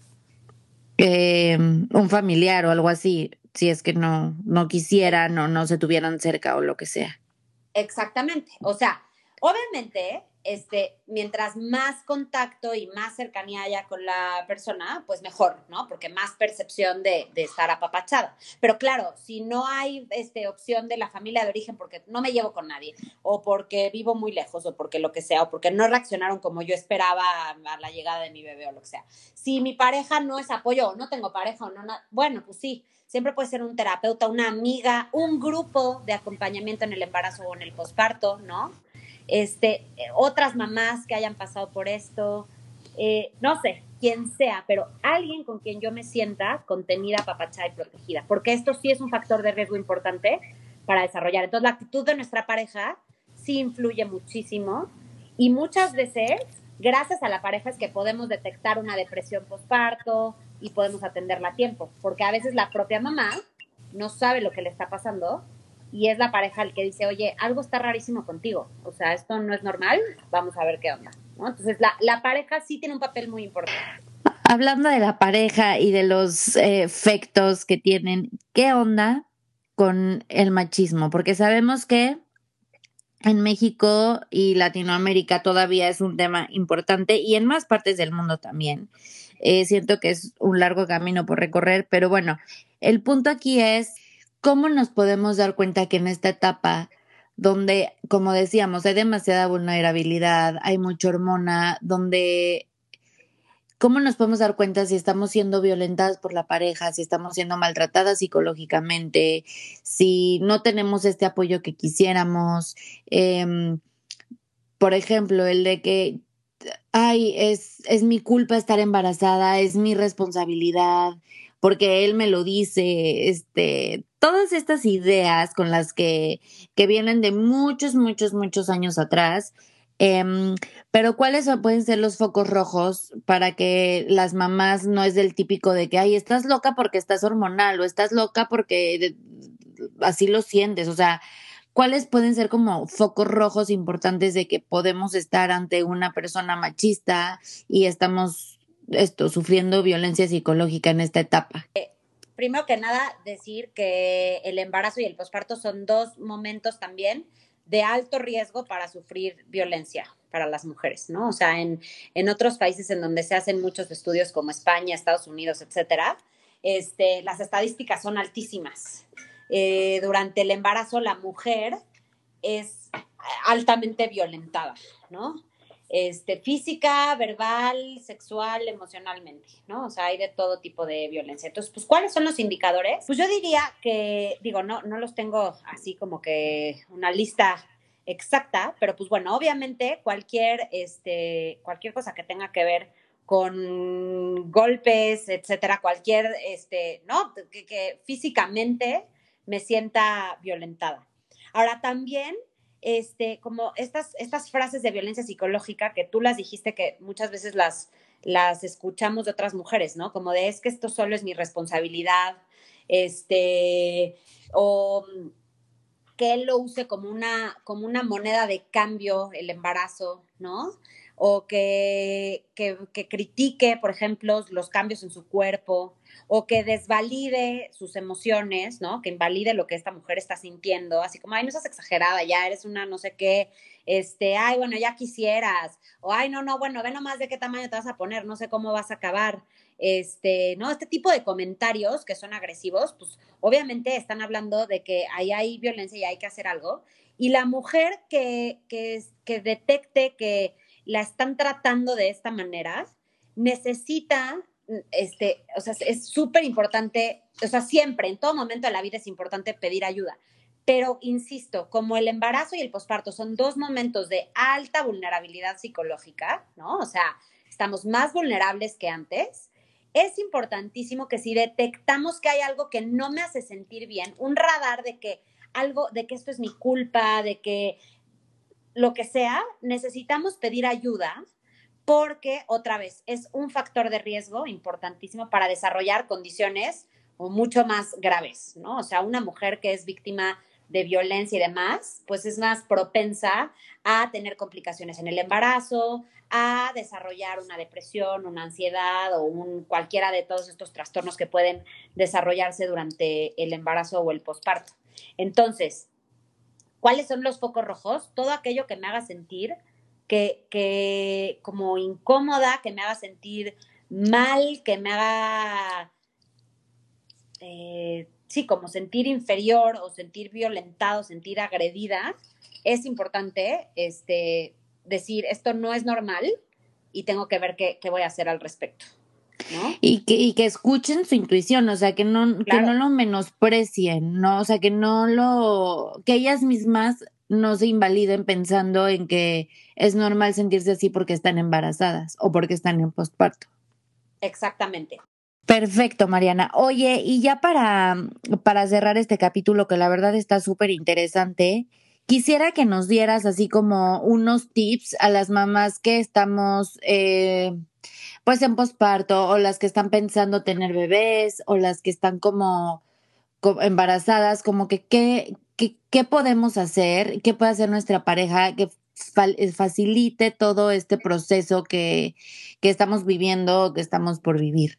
eh, un familiar o algo así, si es que no, no quisieran o no se tuvieran cerca o lo que sea. Exactamente. O sea, obviamente, este, mientras más contacto y más cercanía haya con la persona, pues mejor, ¿no? Porque más percepción de, de estar apapachada. Pero claro, si no hay este, opción de la familia de origen porque no me llevo con nadie, o porque vivo muy lejos, o porque lo que sea, o porque no reaccionaron como yo esperaba a la llegada de mi bebé o lo que sea. Si mi pareja no es apoyo, o no tengo pareja, o no, no bueno, pues sí, siempre puede ser un terapeuta, una amiga, un grupo de acompañamiento en el embarazo o en el posparto, ¿no? Este, otras mamás que hayan pasado por esto, eh, no sé, quien sea, pero alguien con quien yo me sienta contenida, apapachada y protegida, porque esto sí es un factor de riesgo importante para desarrollar. Entonces, la actitud de nuestra pareja sí influye muchísimo y muchas veces, gracias a la pareja, es que podemos detectar una depresión posparto y podemos atenderla a tiempo, porque a veces la propia mamá no sabe lo que le está pasando y es la pareja el que dice, oye, algo está rarísimo contigo, o sea, esto no es normal, vamos a ver qué onda, ¿no? Entonces, la, la pareja sí tiene un papel muy importante. Hablando de la pareja y de los eh, efectos que tienen, ¿qué onda con el machismo? Porque sabemos que en México y Latinoamérica todavía es un tema importante y en más partes del mundo también. Eh, siento que es un largo camino por recorrer, pero bueno, el punto aquí es cómo nos podemos dar cuenta que en esta etapa donde, como decíamos, hay demasiada vulnerabilidad, hay mucha hormona, donde ¿cómo nos podemos dar cuenta si estamos siendo violentadas por la pareja, si estamos siendo maltratadas psicológicamente, si no tenemos este apoyo que quisiéramos? Eh, por ejemplo, el de que, ay, es, es mi culpa estar embarazada, es mi responsabilidad, porque él me lo dice, este, todas estas ideas con las que, que vienen de muchos, muchos, muchos años atrás. Um, pero ¿cuáles pueden ser los focos rojos para que las mamás no es del típico de que, ay, estás loca porque estás hormonal o estás loca porque de, así lo sientes? O sea, ¿cuáles pueden ser como focos rojos importantes de que podemos estar ante una persona machista y estamos esto sufriendo violencia psicológica en esta etapa? Primero que nada, decir que el embarazo y el posparto son dos momentos también de alto riesgo para sufrir violencia para las mujeres, ¿no? O sea, en, en otros países en donde se hacen muchos estudios como España, Estados Unidos, etcétera, este, las estadísticas son altísimas. Eh, durante el embarazo la mujer es altamente violentada, ¿no? este, física, verbal, sexual, emocionalmente, ¿no? O sea, hay de todo tipo de violencia. Entonces, pues, ¿cuáles son los indicadores? Pues yo diría que, digo, no, no los tengo así como que una lista exacta, pero pues bueno, obviamente cualquier, este, cualquier cosa que tenga que ver con golpes, etcétera, cualquier, este, ¿no? Que, que físicamente me sienta violentada. Ahora, también este, como estas, estas frases de violencia psicológica que tú las dijiste que muchas veces las, las escuchamos de otras mujeres, ¿no? Como de es que esto solo es mi responsabilidad, este, o que él lo use como una, como una moneda de cambio, el embarazo, ¿no? O que, que, que critique, por ejemplo, los cambios en su cuerpo, o que desvalide sus emociones, ¿no? Que invalide lo que esta mujer está sintiendo, así como, ay, no seas exagerada, ya eres una no sé qué, este, ay, bueno, ya quisieras, o ay, no, no, bueno, ve nomás de qué tamaño te vas a poner, no sé cómo vas a acabar, este, ¿no? Este tipo de comentarios que son agresivos, pues obviamente están hablando de que ahí hay violencia y hay que hacer algo, y la mujer que, que, que detecte que la están tratando de esta manera, necesita, este, o sea, es súper importante, o sea, siempre, en todo momento de la vida es importante pedir ayuda. Pero, insisto, como el embarazo y el posparto son dos momentos de alta vulnerabilidad psicológica, ¿no? O sea, estamos más vulnerables que antes. Es importantísimo que si detectamos que hay algo que no me hace sentir bien, un radar de que algo, de que esto es mi culpa, de que lo que sea, necesitamos pedir ayuda porque, otra vez, es un factor de riesgo importantísimo para desarrollar condiciones o mucho más graves, ¿no? O sea, una mujer que es víctima de violencia y demás, pues es más propensa a tener complicaciones en el embarazo, a desarrollar una depresión, una ansiedad o un, cualquiera de todos estos trastornos que pueden desarrollarse durante el embarazo o el posparto. Entonces, ¿cuáles son los focos rojos? Todo aquello que me haga sentir que, que como incómoda, que me haga sentir mal, que me haga, eh, sí, como sentir inferior o sentir violentado, sentir agredida, es importante este, decir, esto no es normal y tengo que ver qué, qué voy a hacer al respecto, ¿no? Y que, y que escuchen su intuición, o sea, que no, que no Claro. lo menosprecien, ¿no? O sea, que no lo, que ellas mismas no se invaliden pensando en que es normal sentirse así porque están embarazadas o porque están en postparto. Exactamente. Perfecto, Mariana. Oye, y ya para, para cerrar este capítulo, que la verdad está súper interesante, quisiera que nos dieras así como unos tips a las mamás que estamos eh, pues en posparto o las que están pensando tener bebés o las que están como, co- embarazadas, como que qué, qué, qué podemos hacer, qué puede hacer nuestra pareja que fa- facilite todo este proceso que, que estamos viviendo, que estamos por vivir.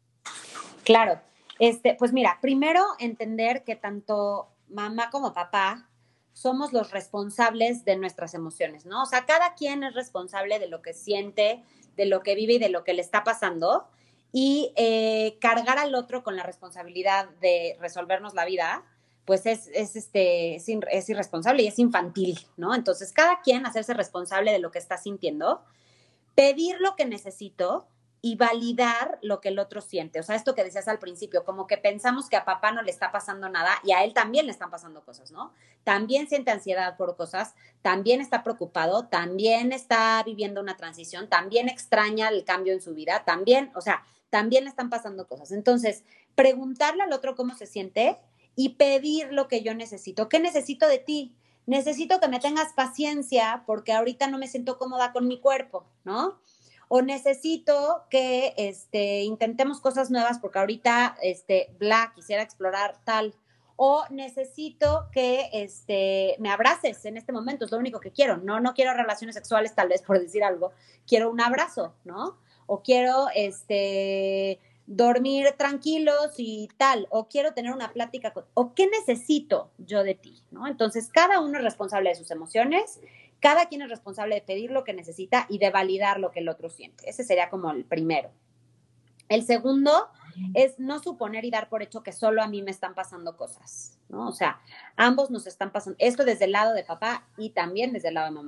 Claro, este, pues mira, primero entender que tanto mamá como papá somos los responsables de nuestras emociones, ¿no? O sea, cada quien es responsable de lo que siente, de lo que vive y de lo que le está pasando. Y eh, cargar al otro con la responsabilidad de resolvernos la vida, pues es, es, este, es, es irresponsable y es infantil, ¿no? Entonces, cada quien hacerse responsable de lo que está sintiendo, pedir lo que necesito y validar lo que el otro siente. O sea, esto que decías al principio, como que pensamos que a papá no le está pasando nada y a él también le están pasando cosas, ¿no? También siente ansiedad por cosas, también está preocupado, también está viviendo una transición, también extraña el cambio en su vida, también, o sea, también le están pasando cosas. Entonces, preguntarle al otro cómo se siente y pedir lo que yo necesito. ¿Qué necesito de ti? Necesito que me tengas paciencia porque ahorita no me siento cómoda con mi cuerpo, ¿no? O necesito que este, intentemos cosas nuevas porque ahorita, este, bla, quisiera explorar tal. O necesito que este, me abraces en este momento, es lo único que quiero. No, no quiero relaciones sexuales, tal vez por decir algo. Quiero un abrazo, ¿no? O quiero este, dormir tranquilos y tal, o quiero tener una plática, con, o qué necesito yo de ti, ¿no? Entonces, cada uno es responsable de sus emociones, cada quien es responsable de pedir lo que necesita y de validar lo que el otro siente. Ese sería como el primero. El segundo es no suponer y dar por hecho que solo a mí me están pasando cosas, ¿no? O sea, ambos nos están pasando, esto desde el lado de papá y también desde el lado de mamá,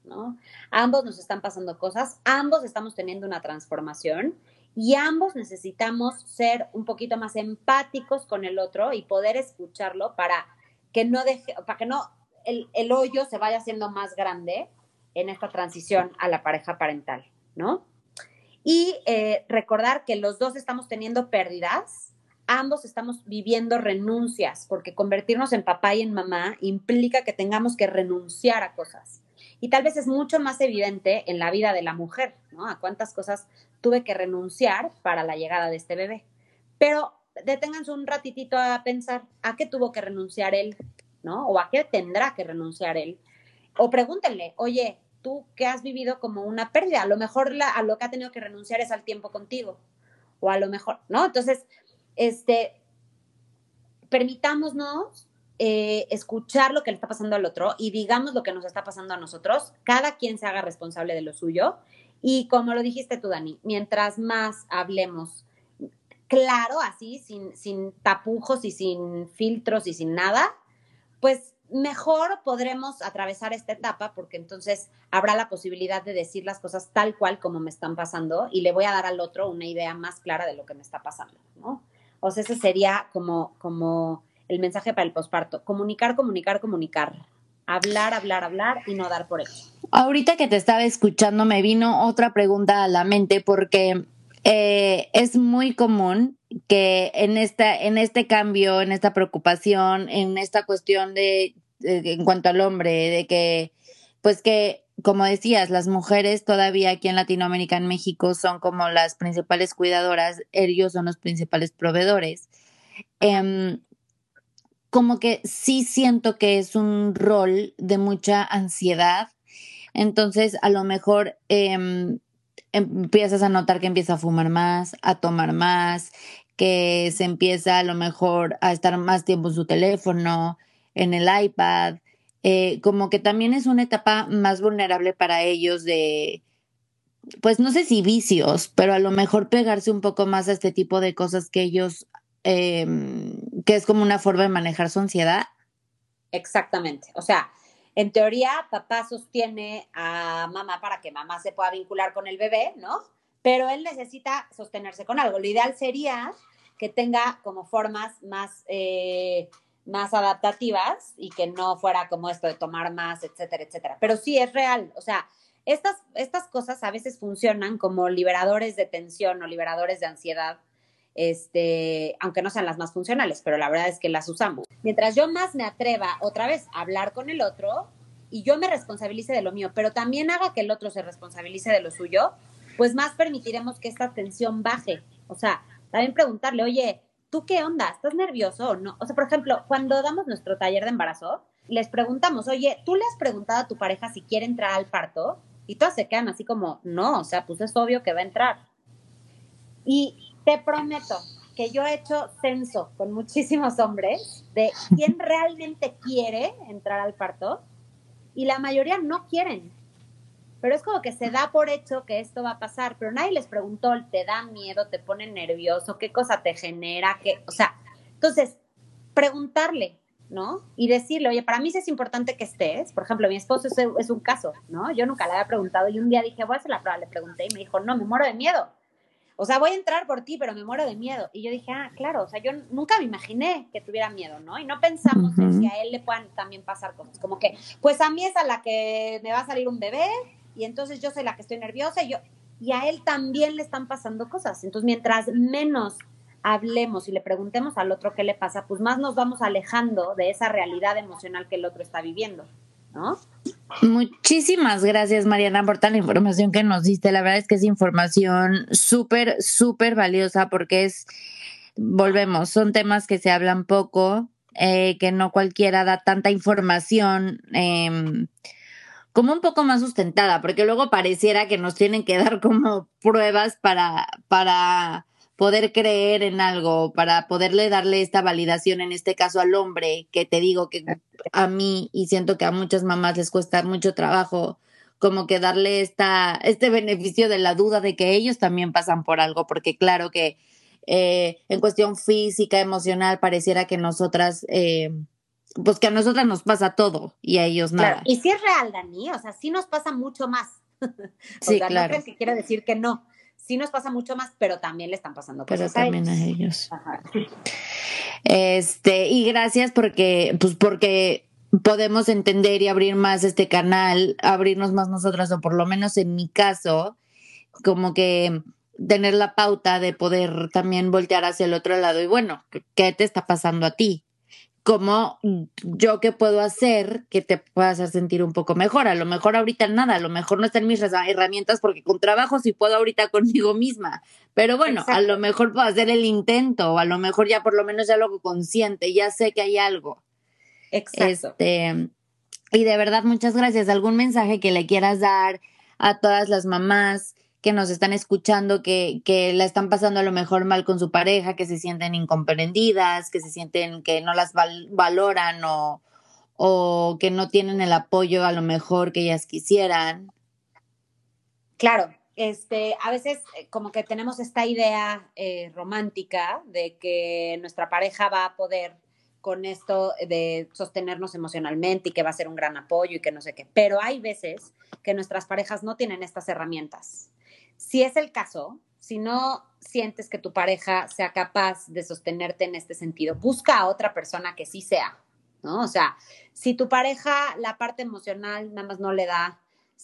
¿no? Ambos nos están pasando cosas, ambos estamos teniendo una transformación y ambos necesitamos ser un poquito más empáticos con el otro y poder escucharlo para que no deje, para que no el, el hoyo se vaya haciendo más grande en esta transición a la pareja parental, ¿no? Y eh, recordar que los dos estamos teniendo pérdidas, ambos estamos viviendo renuncias, porque convertirnos en papá y en mamá implica que tengamos que renunciar a cosas. Y tal vez es mucho más evidente en la vida de la mujer, ¿no? A cuántas cosas tuve que renunciar para la llegada de este bebé. Pero deténganse un ratitito a pensar a qué tuvo que renunciar él, ¿no? O a qué tendrá que renunciar él. O pregúntenle, oye, tú qué has vivido como una pérdida, a lo mejor la, a lo que ha tenido que renunciar es al tiempo contigo, o a lo mejor, ¿no? Entonces, este, permitámonos eh, escuchar lo que le está pasando al otro y digamos lo que nos está pasando a nosotros, cada quien se haga responsable de lo suyo y como lo dijiste tú, Dani, mientras más hablemos claro, así, sin, sin tapujos y sin filtros y sin nada, pues mejor podremos atravesar esta etapa porque entonces habrá la posibilidad de decir las cosas tal cual como me están pasando y le voy a dar al otro una idea más clara de lo que me está pasando, ¿no? O sea, ese sería como, como el mensaje para el posparto. Comunicar, comunicar, comunicar. Hablar, hablar, hablar y no dar por hecho. Ahorita que te estaba escuchando me vino otra pregunta a la mente porque eh, es muy común que en esta, en este cambio, en esta preocupación, en esta cuestión de, de en cuanto al hombre, de que, pues que, como decías, las mujeres todavía aquí en Latinoamérica, en México, son como las principales cuidadoras, ellos son los principales proveedores. Eh, como que sí siento que es un rol de mucha ansiedad. Entonces, a lo mejor eh, empiezas a notar que empieza a fumar más, a tomar más, que se empieza a lo mejor a estar más tiempo en su teléfono, en el iPad, eh, como que también es una etapa más vulnerable para ellos de, pues no sé si vicios, pero a lo mejor pegarse un poco más a este tipo de cosas que ellos, eh, que es como una forma de manejar su ansiedad. Exactamente. O sea, en teoría, papá sostiene a mamá para que mamá se pueda vincular con el bebé, ¿no? Pero él necesita sostenerse con algo. Lo ideal sería que tenga como formas más, eh, más adaptativas y que no fuera como esto de tomar más, etcétera, etcétera. Pero sí es real. O sea, estas, estas cosas a veces funcionan como liberadores de tensión o liberadores de ansiedad, este, aunque no sean las más funcionales, pero la verdad es que las usamos. Mientras yo más me atreva otra vez a hablar con el otro y yo me responsabilice de lo mío, pero también haga que el otro se responsabilice de lo suyo, pues más permitiremos que esta tensión baje. O sea, también preguntarle, oye, ¿tú qué onda? ¿Estás nervioso o no? O sea, por ejemplo, cuando damos nuestro taller de embarazo, les preguntamos, oye, ¿tú le has preguntado a tu pareja si quiere entrar al parto? Y todas se quedan así como, no, o sea, pues es obvio que va a entrar. Y te prometo que yo he hecho censo con muchísimos hombres de quién realmente quiere entrar al parto y la mayoría no quieren. Pero es como que se da por hecho que esto va a pasar, pero nadie les preguntó, ¿te da miedo, te pone nervioso, qué cosa te genera? Qué? O sea, entonces, preguntarle, ¿no? Y decirle, oye, para mí sí es importante que estés. Por ejemplo, mi esposo es, es un caso, ¿no? Yo nunca le había preguntado y un día dije, voy a hacer la prueba, le pregunté y me dijo, no, me muero de miedo. O sea, voy a entrar por ti, pero me muero de miedo. Y yo dije, ah, claro, o sea, yo nunca me imaginé que tuviera miedo, ¿no? Y no pensamos uh-huh. en que a él le puedan también pasar cosas. Como que, pues a mí es a la que me va a salir un bebé y entonces yo soy la que estoy nerviosa y yo, y a él también le están pasando cosas. Entonces, mientras menos hablemos y le preguntemos al otro qué le pasa, pues más nos vamos alejando de esa realidad emocional que el otro está viviendo, ¿no? Muchísimas gracias, Mariana, por toda la información que nos diste. La verdad es que es información súper, súper valiosa porque es, volvemos, son temas que se hablan poco, eh, que no cualquiera da tanta información, eh, como un poco más sustentada, porque luego pareciera que nos tienen que dar como pruebas para, para poder creer en algo, para poderle darle esta validación, en este caso al hombre, que te digo que a mí y siento que a muchas mamás les cuesta mucho trabajo, como que darle esta, este beneficio de la duda de que ellos también pasan por algo, porque claro que eh, en cuestión física, emocional, pareciera que nosotras... Eh, pues que a nosotras nos pasa todo y a ellos nada. Claro, y sí es real, Dani, o sea, sí nos pasa mucho más. o sí, sea, claro. no crees que quiero decir que no. Sí nos pasa mucho más, pero también le están pasando cosas pero también a ellos. a ellos. Ajá. Este, y gracias porque, pues porque podemos entender y abrir más este canal, abrirnos más nosotras, o por lo menos en mi caso, como que tener la pauta de poder también voltear hacia el otro lado y bueno, ¿qué te está pasando a ti? ¿Cómo yo qué puedo hacer que te pueda hacer sentir un poco mejor? A lo mejor ahorita nada, a lo mejor no están mis herramientas porque con trabajo sí puedo ahorita conmigo misma, pero bueno, Exacto. a lo mejor puedo hacer el intento, o a lo mejor ya por lo menos ya lo hago consciente, ya sé que hay algo. Exacto. Este, y de verdad, muchas gracias. ¿Algún mensaje que le quieras dar a todas las mamás que nos están escuchando, que, que la están pasando a lo mejor mal con su pareja, que se sienten incomprendidas, que se sienten que no las val- valoran o, o que no tienen el apoyo a lo mejor que ellas quisieran? Claro, este, a veces como que tenemos esta idea eh, romántica de que nuestra pareja va a poder con esto de sostenernos emocionalmente y que va a ser un gran apoyo y que no sé qué, pero hay veces que nuestras parejas no tienen estas herramientas. Si es el caso, si no sientes que tu pareja sea capaz de sostenerte en este sentido, busca a otra persona que sí sea, ¿no? O sea, si tu pareja la parte emocional nada más no le da,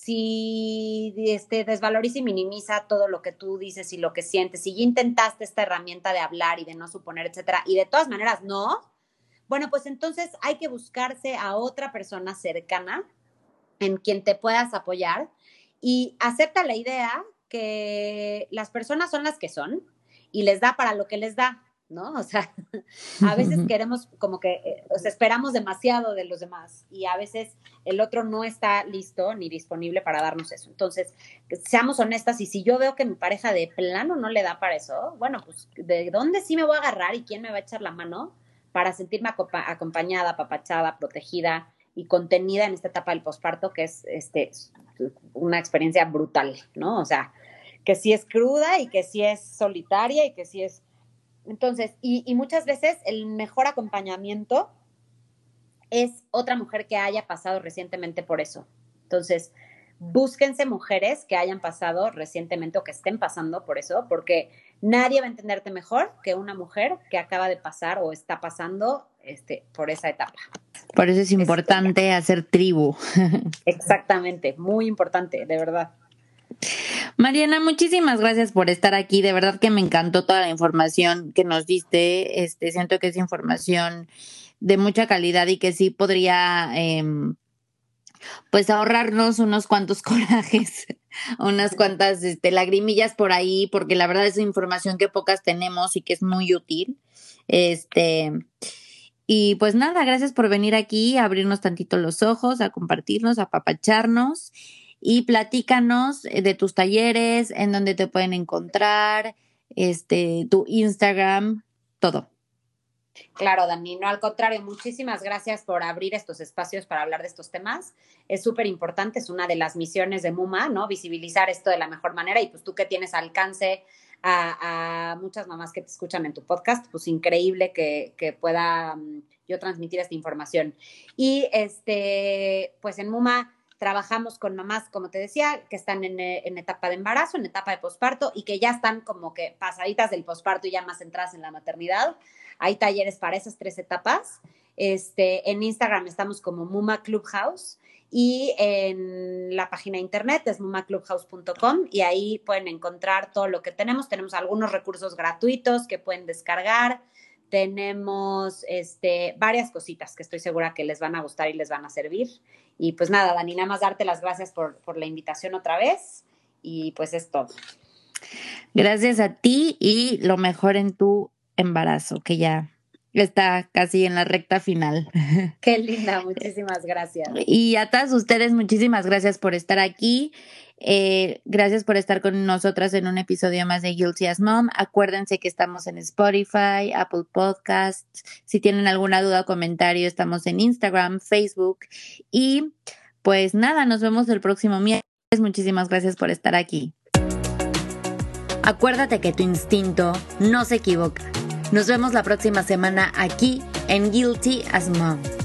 si este, desvaloriza y minimiza todo lo que tú dices y lo que sientes, si ya intentaste esta herramienta de hablar y de no suponer, etcétera, y de todas maneras no, bueno, pues entonces hay que buscarse a otra persona cercana en quien te puedas apoyar y acepta la idea que las personas son las que son y les da para lo que les da, ¿no? O sea, a veces queremos como que, eh, o sea, esperamos demasiado de los demás y a veces el otro no está listo ni disponible para darnos eso. Entonces, seamos honestas y si yo veo que mi pareja de plano no le da para eso, bueno, pues ¿de dónde sí me voy a agarrar y quién me va a echar la mano para sentirme acompañada, apapachada, protegida y contenida en esta etapa del posparto, que es este, una experiencia brutal, ¿no? O sea, que sí es cruda y que sí es solitaria y que sí es... Entonces, y, y muchas veces el mejor acompañamiento es otra mujer que haya pasado recientemente por eso. Entonces, búsquense mujeres que hayan pasado recientemente o que estén pasando por eso, porque nadie va a entenderte mejor que una mujer que acaba de pasar o está pasando este, por esa etapa. Por eso es importante es hacer tribu. Exactamente, muy importante, de verdad. Mariana, muchísimas gracias por estar aquí. De verdad que me encantó toda la información que nos diste. Este, siento que es información de mucha calidad y que sí podría, eh, pues, ahorrarnos unos cuantos corajes, unas cuantas este, lagrimillas por ahí, porque la verdad es información que pocas tenemos y que es muy útil. Este, y pues nada, gracias por venir aquí, a abrirnos tantito los ojos, a compartirnos, a apapacharnos. Y platícanos de tus talleres, en dónde te pueden encontrar, este, tu Instagram, todo. Claro, Dani, no, al contrario, muchísimas gracias por abrir estos espacios para hablar de estos temas. Es súper importante, es una de las misiones de MUMA, ¿no? Visibilizar esto de la mejor manera y pues tú que tienes alcance a, a muchas mamás que te escuchan en tu podcast, pues increíble que, que pueda um, yo transmitir esta información. Y este, pues en MUMA trabajamos con mamás, como te decía, que están en, en etapa de embarazo, en etapa de posparto y que ya están como que pasaditas del posparto y ya más centradas en la maternidad. Hay talleres para esas tres etapas. Este, en Instagram estamos como Muma Clubhouse y en la página de internet es muma clubhouse punto com y ahí pueden encontrar todo lo que tenemos. Tenemos algunos recursos gratuitos que pueden descargar. Tenemos este, varias cositas que estoy segura que les van a gustar y les van a servir. Y pues nada, Dani, nada más darte las gracias por, por la invitación otra vez y pues es todo. Gracias a ti y lo mejor en tu embarazo, que ya está casi en la recta final. Qué linda, muchísimas gracias. Y a todas ustedes, muchísimas gracias por estar aquí. Eh, gracias por estar con nosotras en un episodio más de Guilty as Mom. Acuérdense que estamos en Spotify, Apple Podcasts. Si tienen alguna duda o comentario, estamos en Instagram, Facebook. Y pues nada, nos vemos el próximo miércoles. Muchísimas gracias por estar aquí. Acuérdate que tu instinto no se equivoca. Nos vemos la próxima semana aquí en Guilty as Mom.